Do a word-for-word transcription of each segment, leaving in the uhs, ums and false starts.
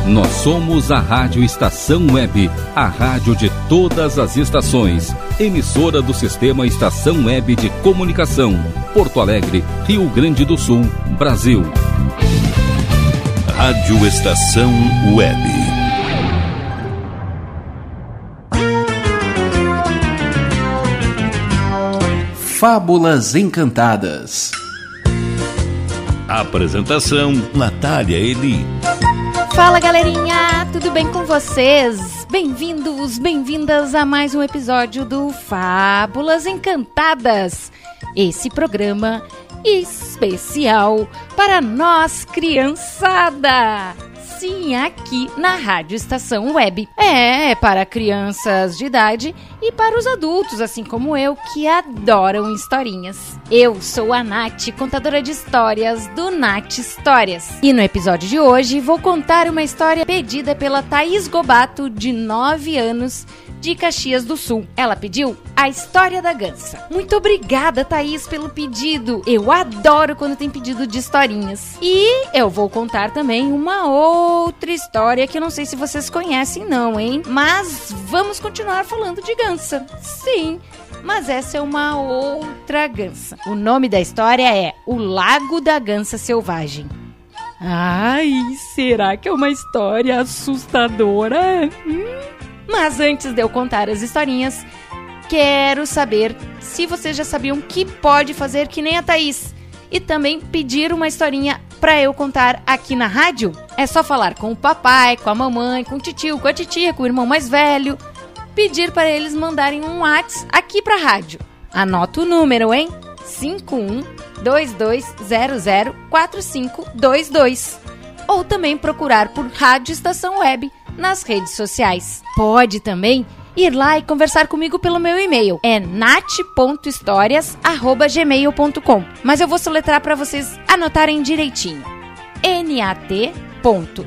Nós somos a Rádio Estação Web, a rádio de todas as estações. Emissora do Sistema Estação Web de Comunicação. Porto Alegre, Rio Grande do Sul, Brasil. Rádio Estação Web. Fábulas Encantadas. Apresentação: Natália Eli. Fala, galerinha, tudo bem com vocês? Bem-vindos, bem-vindas a mais um episódio do Fábulas Encantadas. Esse programa especial para nós, criançada. Sim, aqui na Rádio Estação Web. É, para crianças de idade e para os adultos, assim como eu, que adoram historinhas. Eu sou a Nath, contadora de histórias do Nath Histórias. E no episódio de hoje vou contar uma história pedida pela Thaís Gobato, de nove anos, de Caxias do Sul. Ela pediu a história da Gansa. Muito obrigada, Thaís, pelo pedido. Eu adoro quando tem pedido de historinhas. E eu vou contar também uma outra história que eu não sei se vocês conhecem não, hein? Mas vamos continuar falando de Gansa. Sim, mas essa é uma outra gansa. O nome da história é O Lago da Gansa Selvagem. Ai, será que é uma história assustadora? Hum? Mas antes de eu contar as historinhas, quero saber se vocês já sabiam que pode fazer que nem a Thaís e também pedir uma historinha pra eu contar aqui na rádio. É só falar com o papai, com a mamãe, com o titio, com a titia, com o irmão mais velho, pedir para eles mandarem um WhatsApp aqui pra rádio. Anota o número, hein? cinco um dois dois zero zero quatro cinco dois dois. Ou também procurar por Rádio Estação Web nas redes sociais. Pode também ir lá e conversar comigo pelo meu e-mail. É nath ponto histórias arroba gmail ponto com. Mas eu vou soletrar para vocês anotarem direitinho. N-A-T ponto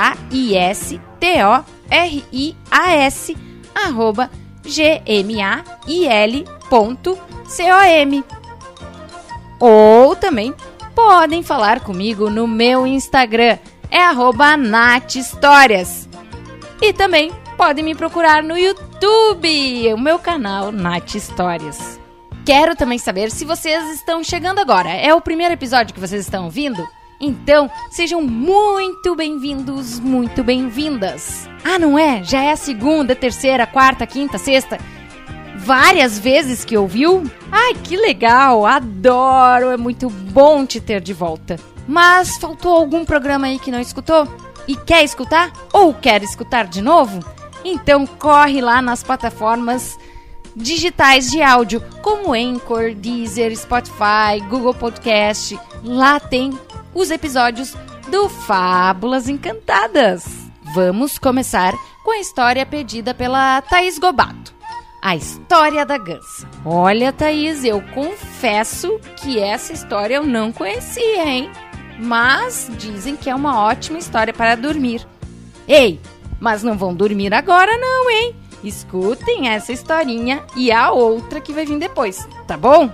H-I-S-T-O-R-I-A-S arroba G-M-A-I-L ponto C-O-M. Ou também podem falar comigo no meu Instagram. É arroba Nath Histórias. E também podem me procurar no YouTube, o meu canal Nath Histórias. Quero também saber se vocês estão chegando agora. É o primeiro episódio que vocês estão ouvindo? Então, sejam muito bem-vindos, muito bem-vindas. Ah, não é? Já é a segunda, terceira, quarta, quinta, sexta? Várias vezes que ouviu? Ai, que legal! Adoro! É muito bom te ter de volta. Mas faltou algum programa aí que não escutou? E quer escutar? Ou quer escutar de novo? Então corre lá nas plataformas digitais de áudio, como Anchor, Deezer, Spotify, Google Podcast. Lá tem os episódios do Fábulas Encantadas. Vamos começar com a história pedida pela Thaís Gobato. A história da Gansa. Olha, Thaís, eu confesso que essa história eu não conhecia, hein? Mas dizem que é uma ótima história para dormir. Ei, mas não vão dormir agora não, hein? Escutem essa historinha e a outra que vai vir depois, tá bom?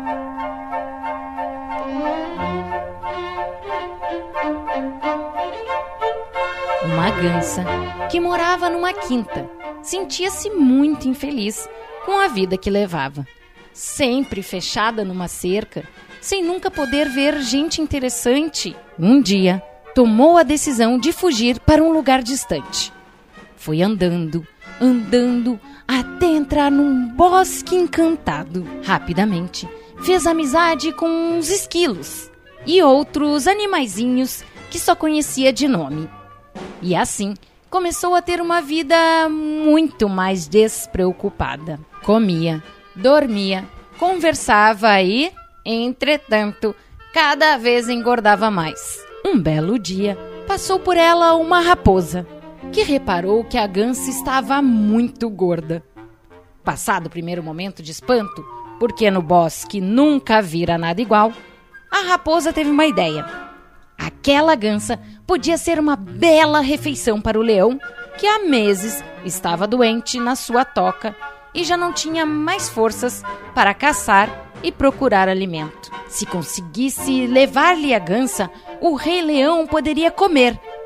Uma gansa que morava numa quinta sentia-se muito infeliz com a vida que levava. Sempre fechada numa cerca, sem nunca poder ver gente interessante, um dia tomou a decisão de fugir para um lugar distante. Foi andando, andando, até entrar num bosque encantado. Rapidamente, fez amizade com uns esquilos e outros animaizinhos que só conhecia de nome. E assim, começou a ter uma vida muito mais despreocupada. Comia, dormia, conversava e... entretanto, cada vez engordava mais. Um belo dia, passou por ela uma raposa, que reparou que a gansa estava muito gorda. Passado o primeiro momento de espanto, porque no bosque nunca vira nada igual, a raposa teve uma ideia. Aquela gansa podia ser uma bela refeição para o leão, que há meses estava doente na sua toca e já não tinha mais forças para caçar e procurar alimento. Se conseguisse levar-lhe a gansa, o rei leão poderia comer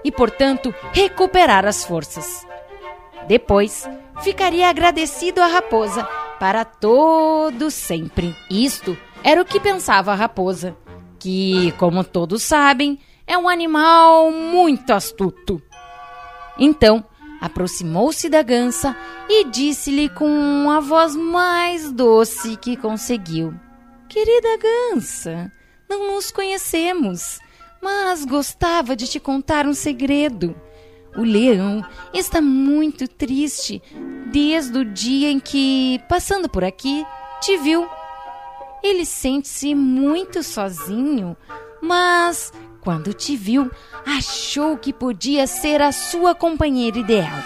e, portanto, recuperar as forças. Depois, ficaria agradecido à raposa para todo sempre. Isto era o que pensava a raposa, que, como todos sabem, é um animal muito astuto. Então, aproximou-se da gança e disse-lhe com a voz mais doce que conseguiu: Querida gança, não nos conhecemos, mas gostava de te contar um segredo. O leão está muito triste desde o dia em que, passando por aqui, te viu. Ele sente-se muito sozinho, mas quando te viu, achou que podia ser a sua companheira ideal.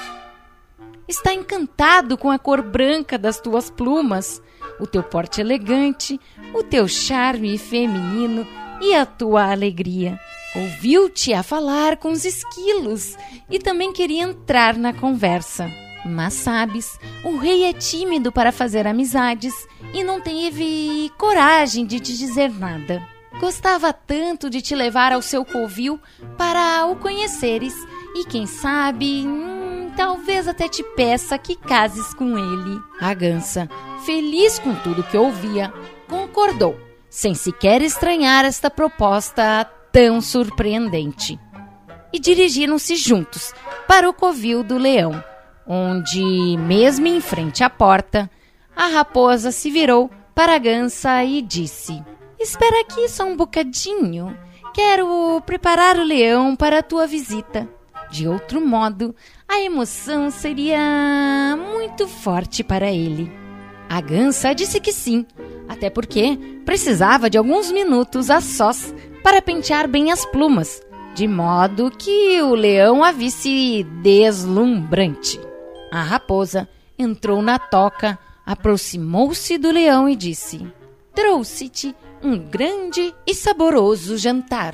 Está encantado com a cor branca das tuas plumas, o teu porte elegante, o teu charme feminino e a tua alegria. Ouviu-te a falar com os esquilos e também queria entrar na conversa. Mas sabes, o rei é tímido para fazer amizades e não teve coragem de te dizer nada. Gostava tanto de te levar ao seu covil para o conheceres e, quem sabe, hum, talvez até te peça que cases com ele. A gança, feliz com tudo que ouvia, concordou, sem sequer estranhar esta proposta tão surpreendente. E dirigiram-se juntos para o covil do leão, onde, mesmo em frente à porta, a raposa se virou para a gança e disse: Espera aqui só um bocadinho. Quero preparar o leão para a tua visita. De outro modo, a emoção seria muito forte para ele. A gança disse que sim, até porque precisava de alguns minutos a sós para pentear bem as plumas, de modo que o leão a visse deslumbrante. A raposa entrou na toca, aproximou-se do leão e disse: Trouxe-te um grande e saboroso jantar.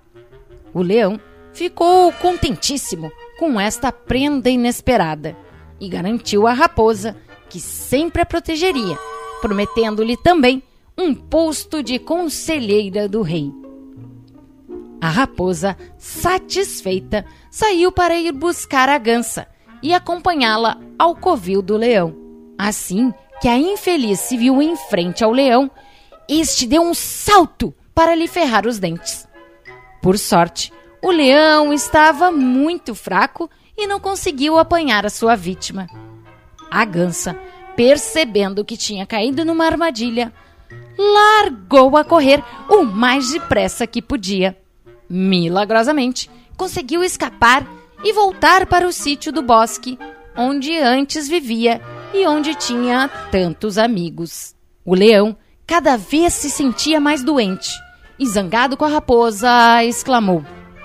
O leão ficou contentíssimo com esta prenda inesperada e garantiu à raposa que sempre a protegeria, prometendo-lhe também um posto de conselheira do rei. A raposa, satisfeita, saiu para ir buscar a gança e acompanhá-la ao covil do leão. Assim que a infeliz se viu em frente ao leão, este deu um salto para lhe ferrar os dentes. Por sorte, o leão estava muito fraco e não conseguiu apanhar a sua vítima. A gança, percebendo que tinha caído numa armadilha, largou a correr o mais depressa que podia. Milagrosamente, conseguiu escapar e voltar para o sítio do bosque, onde antes vivia e onde tinha tantos amigos. O leão cada vez se sentia mais doente e, zangado com a raposa, exclamou: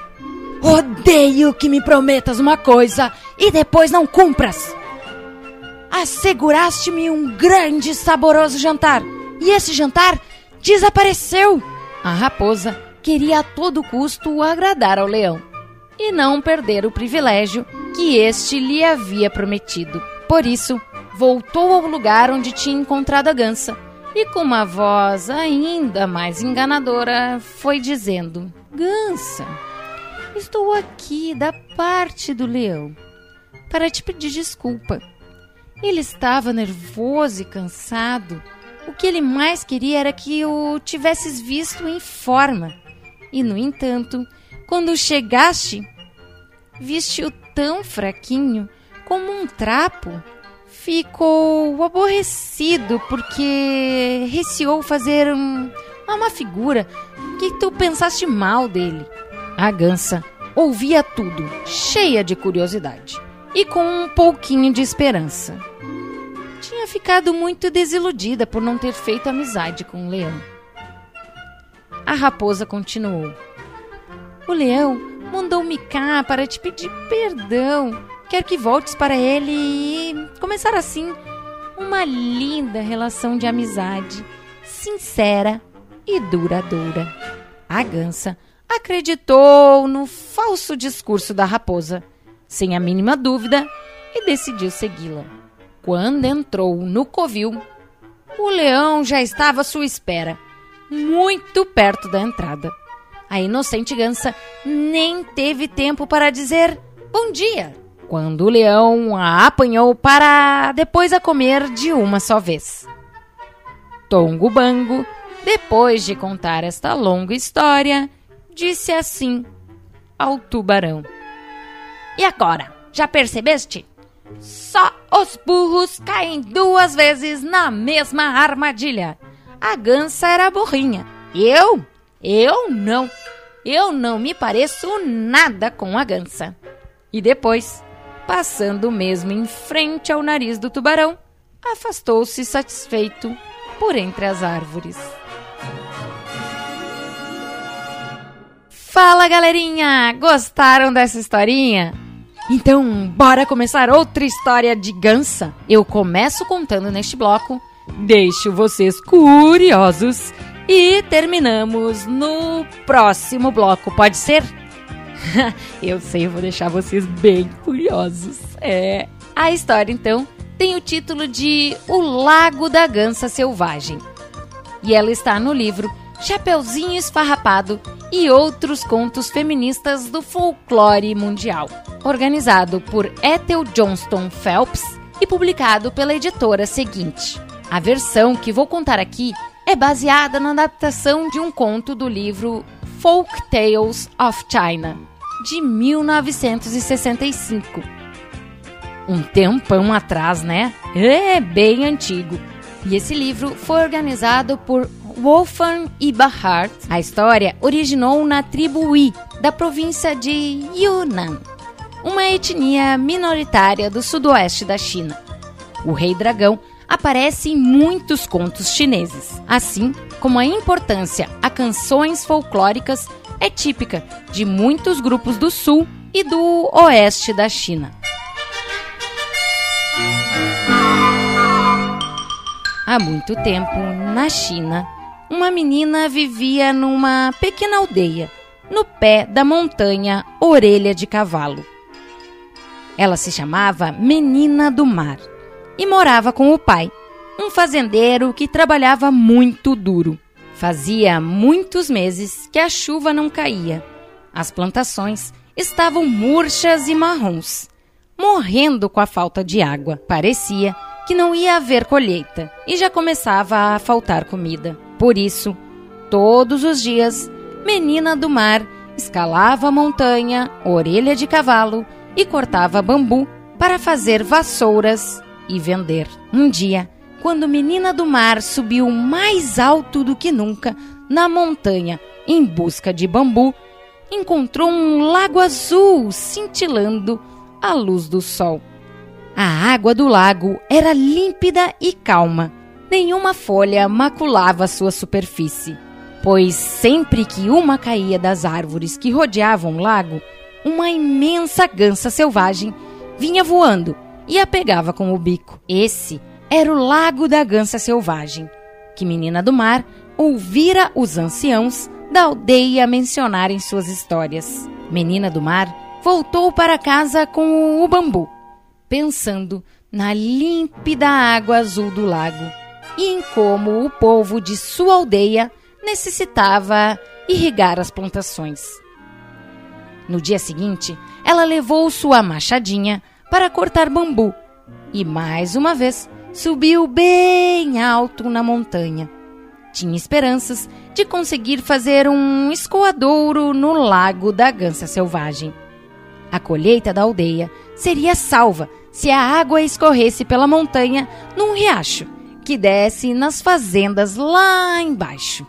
Odeio que me prometas uma coisa e depois não cumpras. Asseguraste-me um grande e saboroso jantar e esse jantar desapareceu. A raposa queria a todo custo agradar ao leão e não perder o privilégio que este lhe havia prometido. Por isso, voltou ao lugar onde tinha encontrado a gança e, com uma voz ainda mais enganadora, foi dizendo: Gança, estou aqui da parte do leão para te pedir desculpa. Ele estava nervoso e cansado. O que ele mais queria era que o tivesses visto em forma. E, no entanto, quando chegaste, viste-o tão fraquinho como um trapo. Ficou aborrecido porque receou fazer um, uma figura que tu pensaste mal dele. A gança ouvia tudo, cheia de curiosidade e com um pouquinho de esperança. Tinha ficado muito desiludida por não ter feito amizade com o leão. A raposa continuou: O leão mandou-me cá para te pedir perdão. Quero que voltes para ele e começar assim uma linda relação de amizade, sincera e duradoura. A gança acreditou no falso discurso da raposa, sem a mínima dúvida, e decidiu segui-la. Quando entrou no covil, o leão já estava à sua espera, muito perto da entrada. A inocente gansa nem teve tempo para dizer bom dia, quando o leão a apanhou para depois a comer de uma só vez. Tongo Bango, depois de contar esta longa história, disse assim ao tubarão: E agora, já percebeste? Só os burros caem duas vezes na mesma armadilha. A gansa era burrinha. Eu? Eu não. Eu não me pareço nada com a gansa. E depois, passando mesmo em frente ao nariz do tubarão, afastou-se satisfeito por entre as árvores. Fala, galerinha! Gostaram dessa historinha? Então, bora começar outra história de gansa? Eu começo contando neste bloco, deixo vocês curiosos e terminamos no próximo bloco, pode ser? Eu sei, eu vou deixar vocês bem curiosos. É. A história, então, tem o título de O Lago da Gansa Selvagem. E ela está no livro Chapeuzinho Esfarrapado e Outros Contos Feministas do Folclore Mundial, organizado por Ethel Johnston Phelps e publicado pela editora seguinte. A versão que vou contar aqui é baseada na adaptação de um conto do livro Folk Tales of China, de mil novecentos e sessenta e cinco. Um tempão atrás, né? É bem antigo. E esse livro foi organizado por Wolfgang Eberhard. A história originou na tribo Hui, da província de Yunnan, uma etnia minoritária do sudoeste da China. O Rei Dragão aparece em muitos contos chineses, assim como a importância a canções folclóricas é típica de muitos grupos do sul e do oeste da China. Há muito tempo, na China, uma menina vivia numa pequena aldeia, no pé da montanha Orelha de Cavalo. Ela se chamava Menina do Mar e morava com o pai, um fazendeiro que trabalhava muito duro. Fazia muitos meses que a chuva não caía. As plantações estavam murchas e marrons, morrendo com a falta de água. Parecia que não ia haver colheita e já começava a faltar comida. Por isso, todos os dias, Menina do Mar escalava a montanha Orelha de Cavalo e cortava bambu para fazer vassouras e vender. Um dia, quando Menina do Mar subiu mais alto do que nunca na montanha em busca de bambu, encontrou um lago azul cintilando à luz do sol. A água do lago era límpida e calma. Nenhuma folha maculava sua superfície, pois sempre que uma caía das árvores que rodeavam o lago, uma imensa gansa selvagem vinha voando e a pegava com o bico. Esse era o Lago da Gansa Selvagem, que Menina do Mar ouvira os anciãos da aldeia mencionarem suas histórias. Menina do Mar voltou para casa com o bambu, pensando na límpida água azul do lago e em como o povo de sua aldeia necessitava irrigar as plantações. No dia seguinte, ela levou sua machadinha para cortar bambu e, mais uma vez, subiu bem alto na montanha. Tinha esperanças de conseguir fazer um escoadouro no Lago da Gansa Selvagem. A colheita da aldeia seria salva se a água escorresse pela montanha num riacho que desce nas fazendas lá embaixo.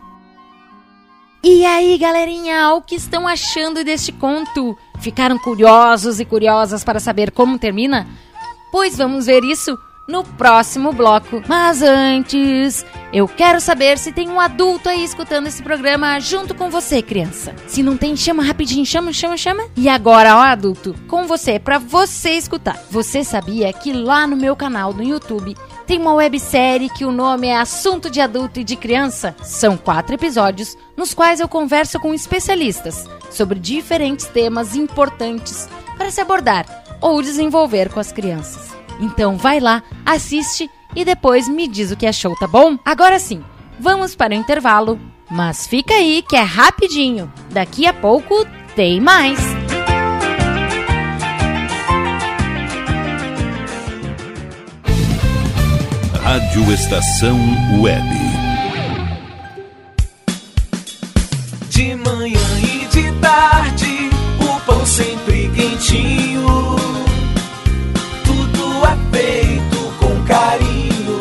E aí, galerinha, o que estão achando deste conto? Ficaram curiosos e curiosas para saber como termina? Pois vamos ver isso no próximo bloco. Mas antes, eu quero saber se tem um adulto aí escutando esse programa junto com você, criança. Se não tem, chama rapidinho, chama, chama, chama. E agora, ó, adulto, com você, pra você escutar. Você sabia que lá no meu canal no YouTube tem uma websérie que o nome é Assunto de Adulto e de Criança? São quatro episódios nos quais eu converso com especialistas sobre diferentes temas importantes para se abordar ou desenvolver com as crianças. Então vai lá, assiste e depois me diz o que achou, tá bom? Agora sim, vamos para o intervalo Mas fica aí que é rapidinho. Daqui a pouco tem mais. Rádio Estação Web. De manhã e de tarde, o pão sempre quentinho. Tudo é feito com carinho.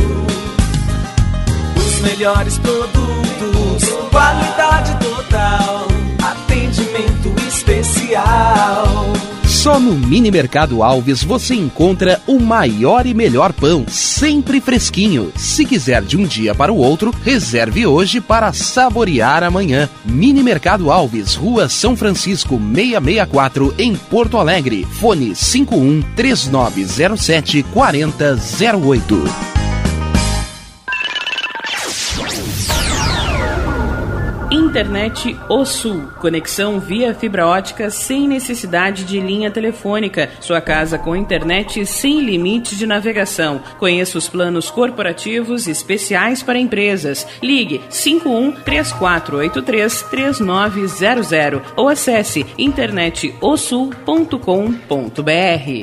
Os melhores produtos, qualidade total, atendimento especial. Só no Mini Mercado Alves você encontra o maior e melhor pão, sempre fresquinho. Se quiser de um dia para o outro, reserve hoje para saborear amanhã. Mini Mercado Alves, Rua São Francisco seiscentos e sessenta e quatro, em Porto Alegre. Fone cinco um três nove zero sete quatro zero zero oito. Internet O Sul. Conexão via fibra ótica sem necessidade de linha telefônica. Sua casa com internet sem limite de navegação. Conheça os planos corporativos especiais para empresas. Ligue cinco um três quatro oito três três nove zero zero ou acesse internet o sul ponto com ponto b r.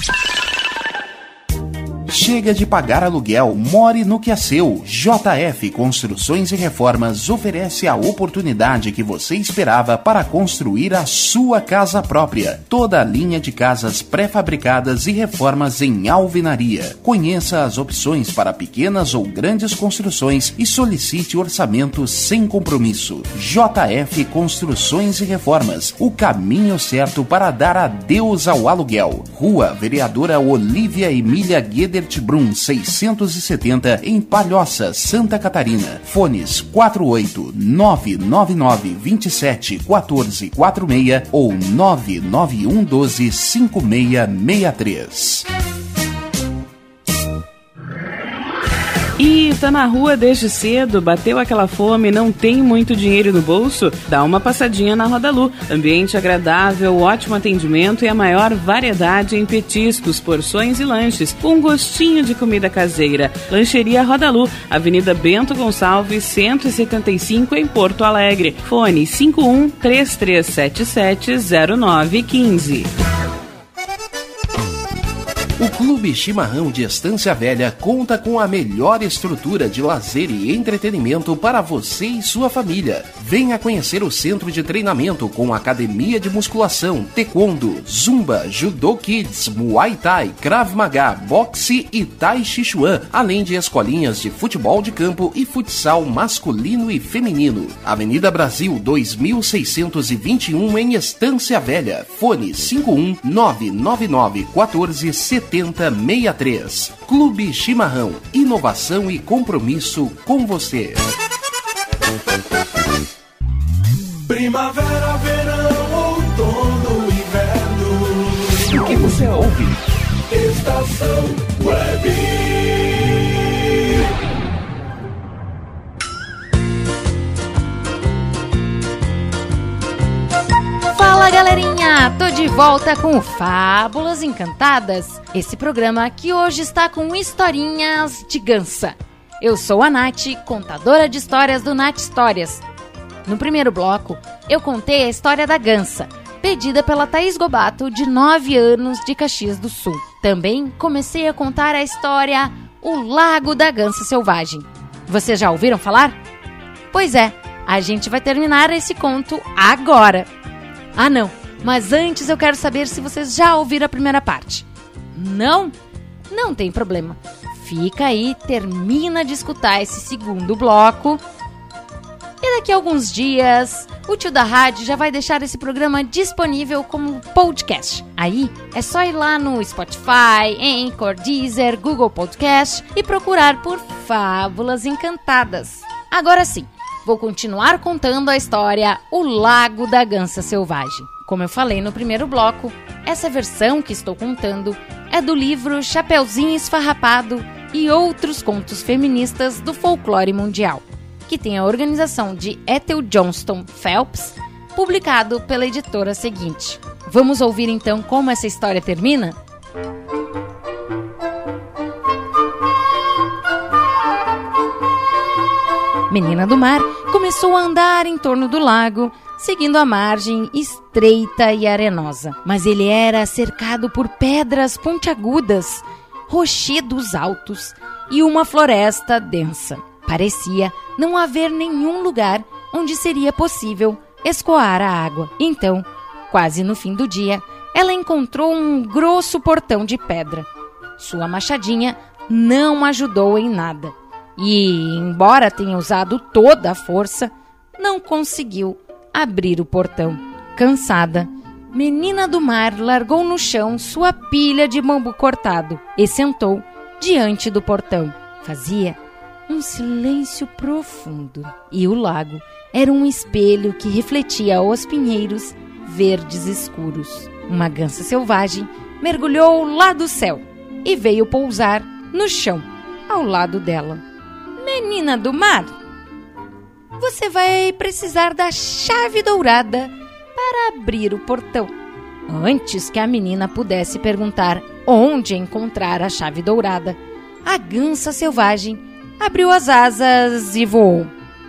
Chega de pagar aluguel, more no que é seu. J F Construções e Reformas oferece a oportunidade que você esperava para construir a sua casa própria. Toda a linha de casas pré-fabricadas e reformas em alvenaria. Conheça as opções para pequenas ou grandes construções e solicite orçamento sem compromisso. J F Construções e Reformas, o caminho certo para dar adeus ao aluguel. Rua Vereadora Olívia Emília Gueder Brum seiscentos e setenta, em Palhoça, Santa Catarina. Fones quatro oito nove nove nove dois sete um quatro quatro seis ou nove nove um um doze cinco seis seis três. E tá na rua desde cedo, bateu aquela fome, não tem muito dinheiro no bolso? Dá uma passadinha na Rodalu. Ambiente agradável, ótimo atendimento e a maior variedade em petiscos, porções e lanches, com um gostinho de comida caseira. Lancheria Rodalu, Avenida Bento Gonçalves, cento e setenta e cinco, em Porto Alegre. Fone cinco um três três sete sete zero nove um cinco. O Clube Chimarrão de Estância Velha conta com a melhor estrutura de lazer e entretenimento para você e sua família. Venha conhecer o centro de treinamento com academia de musculação, taekwondo, zumba, judô kids, muay thai, krav maga, boxe e tai chi chuan, além de escolinhas de futebol de campo e futsal masculino e feminino. Avenida Brasil dois mil seiscentos e vinte e um, em Estância Velha. Fone cinco um nove nove nove um quatro sete zero seis três. Clube Chimarrão, inovação e compromisso com você. Primavera, verão, outono, inverno. O que você ouve? Estação Web. Fala galerinha, tô de volta com o Fábulas Encantadas, esse programa que hoje está com historinhas de gança. Eu sou a Nath, contadora de histórias do Nath Histórias. No primeiro bloco, eu contei a história da gança, pedida pela Thaís Gobato, de nove anos, de Caxias do Sul. Também comecei a contar a história O Lago da Gança Selvagem. Vocês já ouviram falar? Pois é, a gente vai terminar esse conto agora. Ah não, mas antes eu quero saber se vocês já ouviram a primeira parte. Não? Não tem problema. Fica aí, termina de escutar esse segundo bloco. E daqui a alguns dias, o tio da rádio já vai deixar esse programa disponível como podcast. Aí é só ir lá no Spotify, Anchor, Deezer, Google Podcast e procurar por Fábulas Encantadas. Agora sim, vou continuar contando a história O Lago da Gança Selvagem. Como eu falei no primeiro bloco, essa versão que estou contando é do livro Chapeuzinho Esfarrapado e Outros Contos Feministas do Folclore Mundial, que tem a organização de Ethel Johnston Phelps, publicado pela editora seguinte. Vamos ouvir então como essa história termina? Menina do Mar começou a andar em torno do lago, seguindo a margem estreita e arenosa. Mas ele era cercado por pedras pontiagudas, rochedos altos e uma floresta densa. Parecia não haver nenhum lugar onde seria possível escoar a água. Então, quase no fim do dia, ela encontrou um grosso portão de pedra. Sua machadinha não ajudou em nada. E, embora tenha usado toda a força, não conseguiu abrir o portão. Cansada, Menina do Mar largou no chão sua pilha de bambu cortado e sentou diante do portão. Fazia um silêncio profundo e o lago era um espelho que refletia os pinheiros verdes escuros. Uma gança selvagem mergulhou lá do céu e veio pousar no chão ao lado dela. Menina do Mar, você vai precisar da chave dourada para abrir o portão. Antes que a menina pudesse perguntar onde encontrar a chave dourada, a gança selvagem abriu as asas e voou.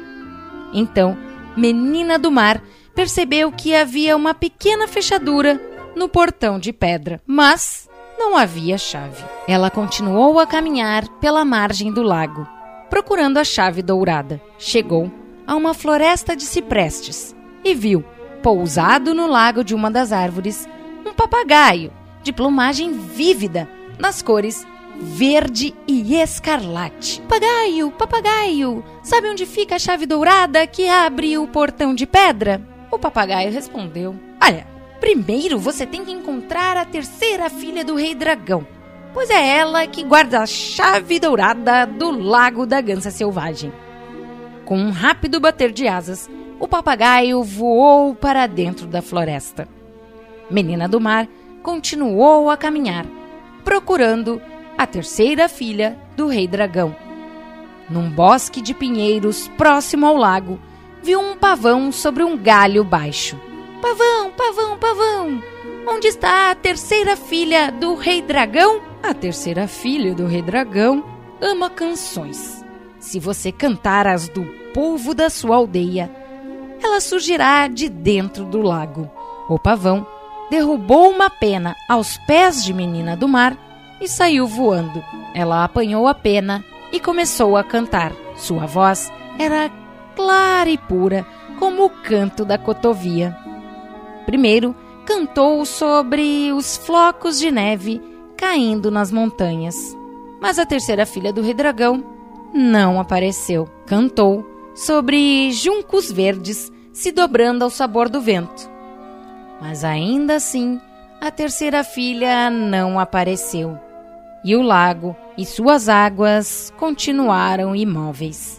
Então, Menina do Mar percebeu que havia uma pequena fechadura no portão de pedra, mas não havia chave. Ela continuou a caminhar pela margem do lago, procurando a chave dourada. Chegou a uma floresta de ciprestes e viu, pousado no lago de uma das árvores, um papagaio de plumagem vívida nas cores verde e escarlate. Papagaio, papagaio, sabe onde fica a chave dourada que abre o portão de pedra? O papagaio respondeu: olha, primeiro você tem que encontrar a terceira filha do Rei Dragão, pois é ela que guarda a chave dourada do lago da gança selvagem. Com um rápido bater de asas, o papagaio voou para dentro da floresta. Menina do Mar continuou a caminhar, procurando a terceira filha do Rei Dragão. Num bosque de pinheiros próximo ao lago, viu um pavão sobre um galho baixo. Pavão, pavão, pavão, onde está a terceira filha do Rei Dragão? A terceira filha do Rei Dragão ama canções. Se você cantar as do povo da sua aldeia, ela surgirá de dentro do lago. O pavão derrubou uma pena aos pés de Menina do Mar e saiu voando. Ela apanhou a pena e começou a cantar. Sua voz era clara e pura, como o canto da cotovia. Primeiro, cantou sobre os flocos de neve caindo nas montanhas. Mas a terceira filha do Rei Dragão não apareceu. Cantou sobre juncos verdes se dobrando ao sabor do vento. Mas ainda assim, a terceira filha não apareceu. E o lago e suas águas continuaram imóveis.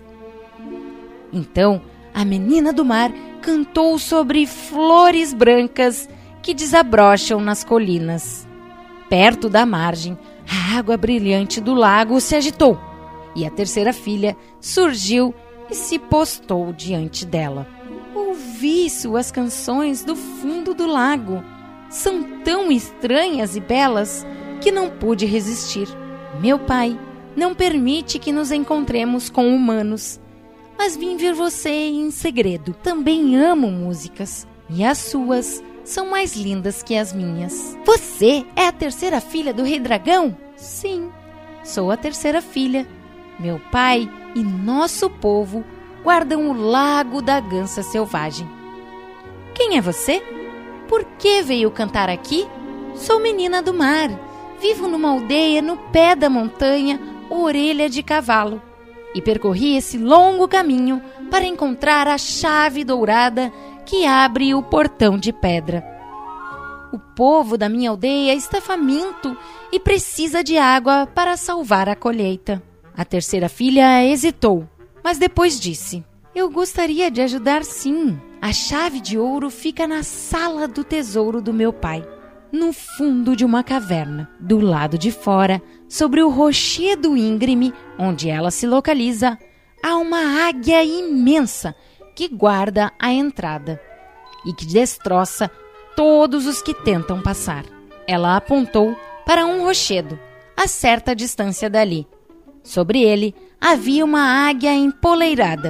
Então, a Menina do Mar cantou sobre flores brancas que desabrocham nas colinas. Perto da margem, a água brilhante do lago se agitou e a terceira filha surgiu e se postou diante dela. Ouvi suas canções do fundo do lago. São tão estranhas e belas que não pude resistir. Meu pai não permite que nos encontremos com humanos, mas vim ver você em segredo. Também amo músicas e as suas são mais lindas que as minhas. Você é a terceira filha do Rei Dragão? Sim, sou a terceira filha. Meu pai e nosso povo guardam o lago da gança selvagem. Quem é você? Por que veio cantar aqui? Sou Menina do Mar. Vivo numa aldeia no pé da montanha Orelha de Cavalo e percorri esse longo caminho para encontrar a chave dourada que abre o portão de pedra. O povo da minha aldeia está faminto e precisa de água para salvar a colheita. A terceira filha hesitou, mas depois disse: eu gostaria de ajudar sim. A chave de ouro fica na sala do tesouro do meu pai, no fundo de uma caverna. Do lado de fora, sobre o rochedo íngreme onde ela se localiza, há uma águia imensa que guarda a entrada e que destroça todos os que tentam passar. Ela apontou para um rochedo, a certa distância dali. Sobre ele havia uma águia empoleirada,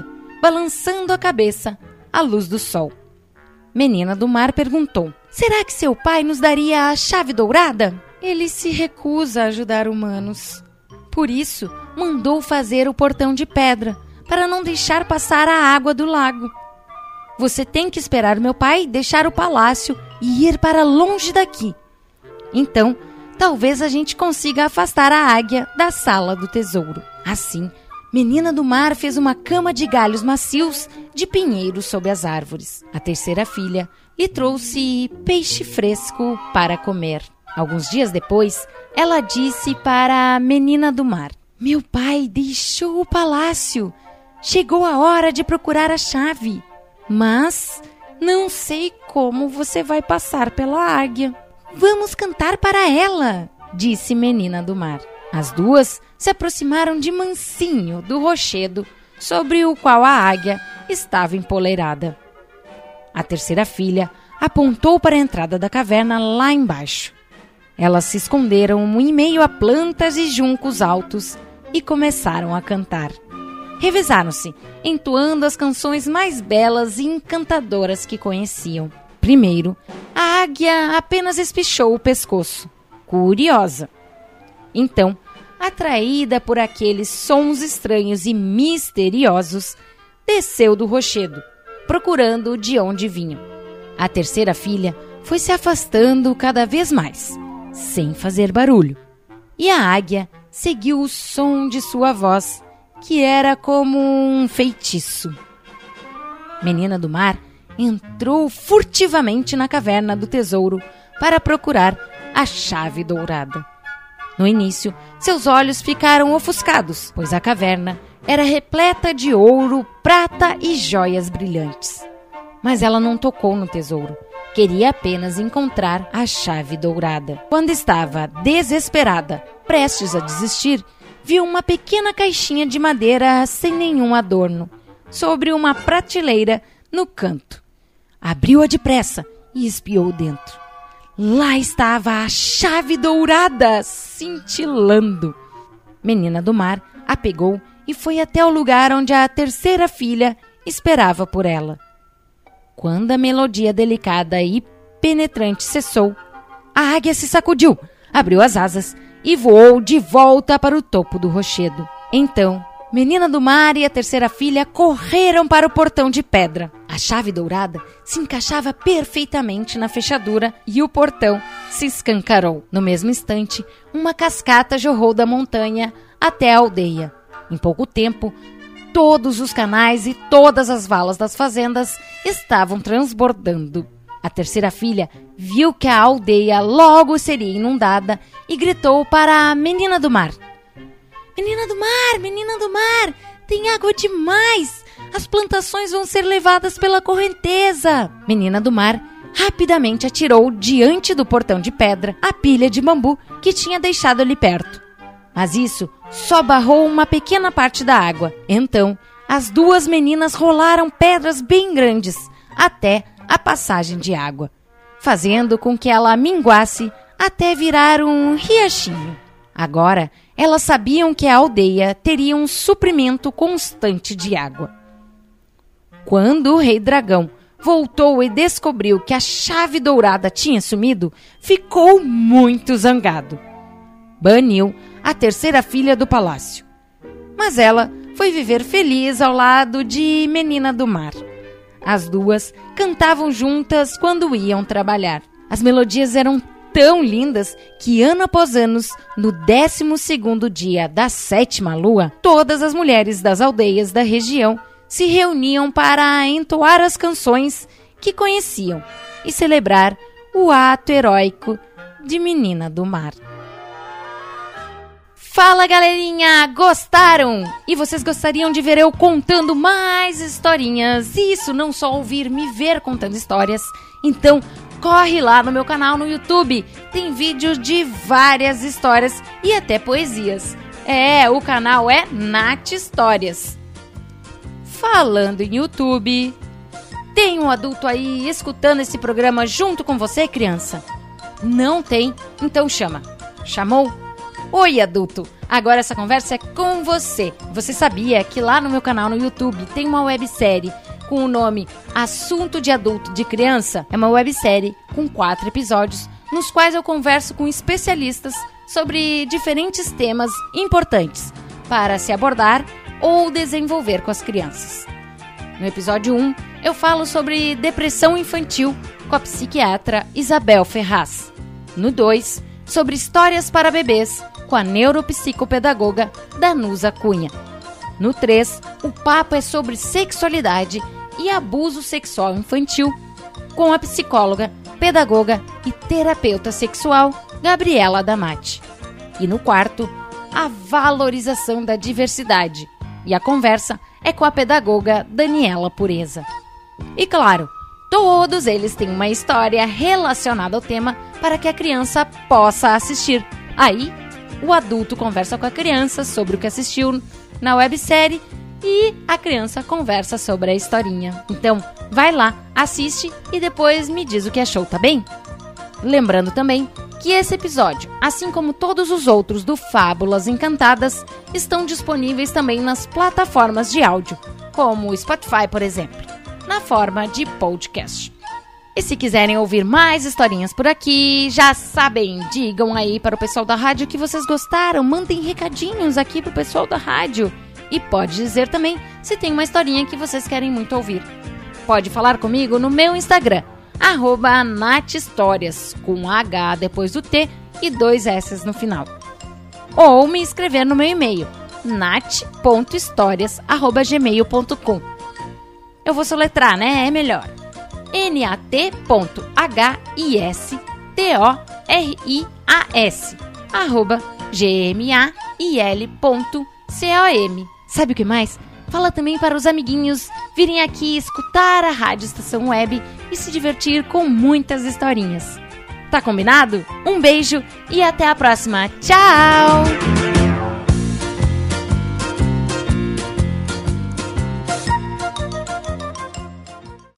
balançando a cabeça à luz do sol. Menina do Mar perguntou: será que seu pai nos daria a chave dourada? Ele se recusa a ajudar humanos. Por isso, mandou fazer o portão de pedra, para não deixar passar a água do lago. Você tem que esperar meu pai deixar o palácio e ir para longe daqui. Então, talvez a gente consiga afastar a águia da sala do tesouro. Assim, Menina do Mar fez uma cama de galhos macios de pinheiros sob as árvores. A terceira filha lhe trouxe peixe fresco para comer. Alguns dias depois, ela disse para a Menina do Mar: meu pai deixou o palácio. Chegou a hora de procurar a chave. Mas não sei como você vai passar pela águia. Vamos cantar para ela, disse Menina do Mar. As duas se aproximaram de mansinho do rochedo sobre o qual a águia estava empoleirada. A terceira filha apontou para a entrada da caverna lá embaixo. Elas se esconderam em meio a plantas e juncos altos e começaram a cantar. Revezaram-se, entoando as canções mais belas e encantadoras que conheciam. Primeiro, a águia apenas espichou o pescoço, curiosa. Então, atraída por aqueles sons estranhos e misteriosos, desceu do rochedo, procurando de onde vinham. A terceira filha foi se afastando cada vez mais, sem fazer barulho. E a águia seguiu o som de sua voz, que era como um feitiço. Menina do Mar entrou furtivamente na caverna do tesouro para procurar a chave dourada. No início, seus olhos ficaram ofuscados, pois a caverna era repleta de ouro, prata e joias brilhantes. Mas ela não tocou no tesouro. Queria apenas encontrar a chave dourada. Quando estava desesperada, prestes a desistir, viu uma pequena caixinha de madeira sem nenhum adorno, sobre uma prateleira no canto. Abriu-a depressa e espiou dentro. Lá estava a chave dourada, cintilando. Menina do Mar a pegou e foi até o lugar onde a terceira filha esperava por ela. Quando a melodia delicada e penetrante cessou, a águia se sacudiu, abriu as asas e voou de volta para o topo do rochedo. Então, Menina do Mar e a terceira filha correram para o portão de pedra. A chave dourada se encaixava perfeitamente na fechadura e o portão se escancarou. No mesmo instante, uma cascata jorrou da montanha até a aldeia. Em pouco tempo, todos os canais e todas as valas das fazendas estavam transbordando. A terceira filha viu que a aldeia logo seria inundada e gritou para a Menina do Mar: Menina do Mar, Menina do Mar, tem água demais! As plantações vão ser levadas pela correnteza! Menina do Mar rapidamente atirou diante do portão de pedra a pilha de bambu que tinha deixado ali perto. Mas isso só barrou uma pequena parte da água. Então, as duas meninas rolaram pedras bem grandes até a passagem de água, fazendo com que ela minguasse até virar um riachinho. Agora, elas sabiam que a aldeia teria um suprimento constante de água. Quando o Rei Dragão voltou e descobriu que a chave dourada tinha sumido, ficou muito zangado. Baniu a terceira filha do palácio. Mas ela foi viver feliz ao lado de Menina do Mar. As duas cantavam juntas quando iam trabalhar. As melodias eram tão lindas que ano após ano, no décimo segundo dia da sétima lua, todas as mulheres das aldeias da região se reuniam para entoar as canções que conheciam e celebrar o ato heróico de Menina do Mar. Fala, galerinha! Gostaram? E vocês gostariam de ver eu contando mais historinhas? Isso, não só ouvir, me ver contando histórias. Então, corre lá no meu canal no YouTube. Tem vídeos de várias histórias e até poesias. É, o canal é Nath Histórias. Falando em YouTube, tem um adulto aí escutando esse programa junto com você, criança? Não tem? Então chama. Chamou? Oi, adulto. Agora essa conversa é com você. Você sabia que lá no meu canal no YouTube tem uma websérie com o nome Assunto de Adulto de Criança? É uma websérie com quatro episódios nos quais eu converso com especialistas sobre diferentes temas importantes para se abordar ou desenvolver com as crianças. No episódio um, eu falo sobre depressão infantil com a psiquiatra Isabel Ferraz. No dois, sobre histórias para bebês com a neuropsicopedagoga Danusa Cunha. No três, o papo é sobre sexualidade e abuso sexual infantil com a psicóloga, pedagoga e terapeuta sexual Gabriela Damati. E no quarto, a valorização da diversidade. E a conversa é com a pedagoga Daniela Pureza. E claro, todos eles têm uma história relacionada ao tema para que a criança possa assistir. Aí, o adulto conversa com a criança sobre o que assistiu na websérie e a criança conversa sobre a historinha. Então, vai lá, assiste e depois me diz o que achou, tá bem? Lembrando também que esse episódio, assim como todos os outros do Fábulas Encantadas, estão disponíveis também nas plataformas de áudio, como o Spotify, por exemplo, na forma de podcast. E se quiserem ouvir mais historinhas por aqui, já sabem, digam aí para o pessoal da rádio que vocês gostaram, mandem recadinhos aqui pro pessoal da rádio. E pode dizer também se tem uma historinha que vocês querem muito ouvir. Pode falar comigo no meu Instagram, arroba nathistórias, com H depois do T e dois S no final. Ou me escrever no meu e-mail, nat ponto histórias arroba gmail ponto com. Eu vou soletrar, né? É melhor. N-A-T ponto H-I-S-T-O-R-I-A-S arroba G-M-A-I-L ponto C-O-M. Sabe o que mais? Fala também para os amiguinhos virem aqui escutar a Rádio Estação Web e se divertir com muitas historinhas. Tá combinado? Um beijo e até a próxima. Tchau!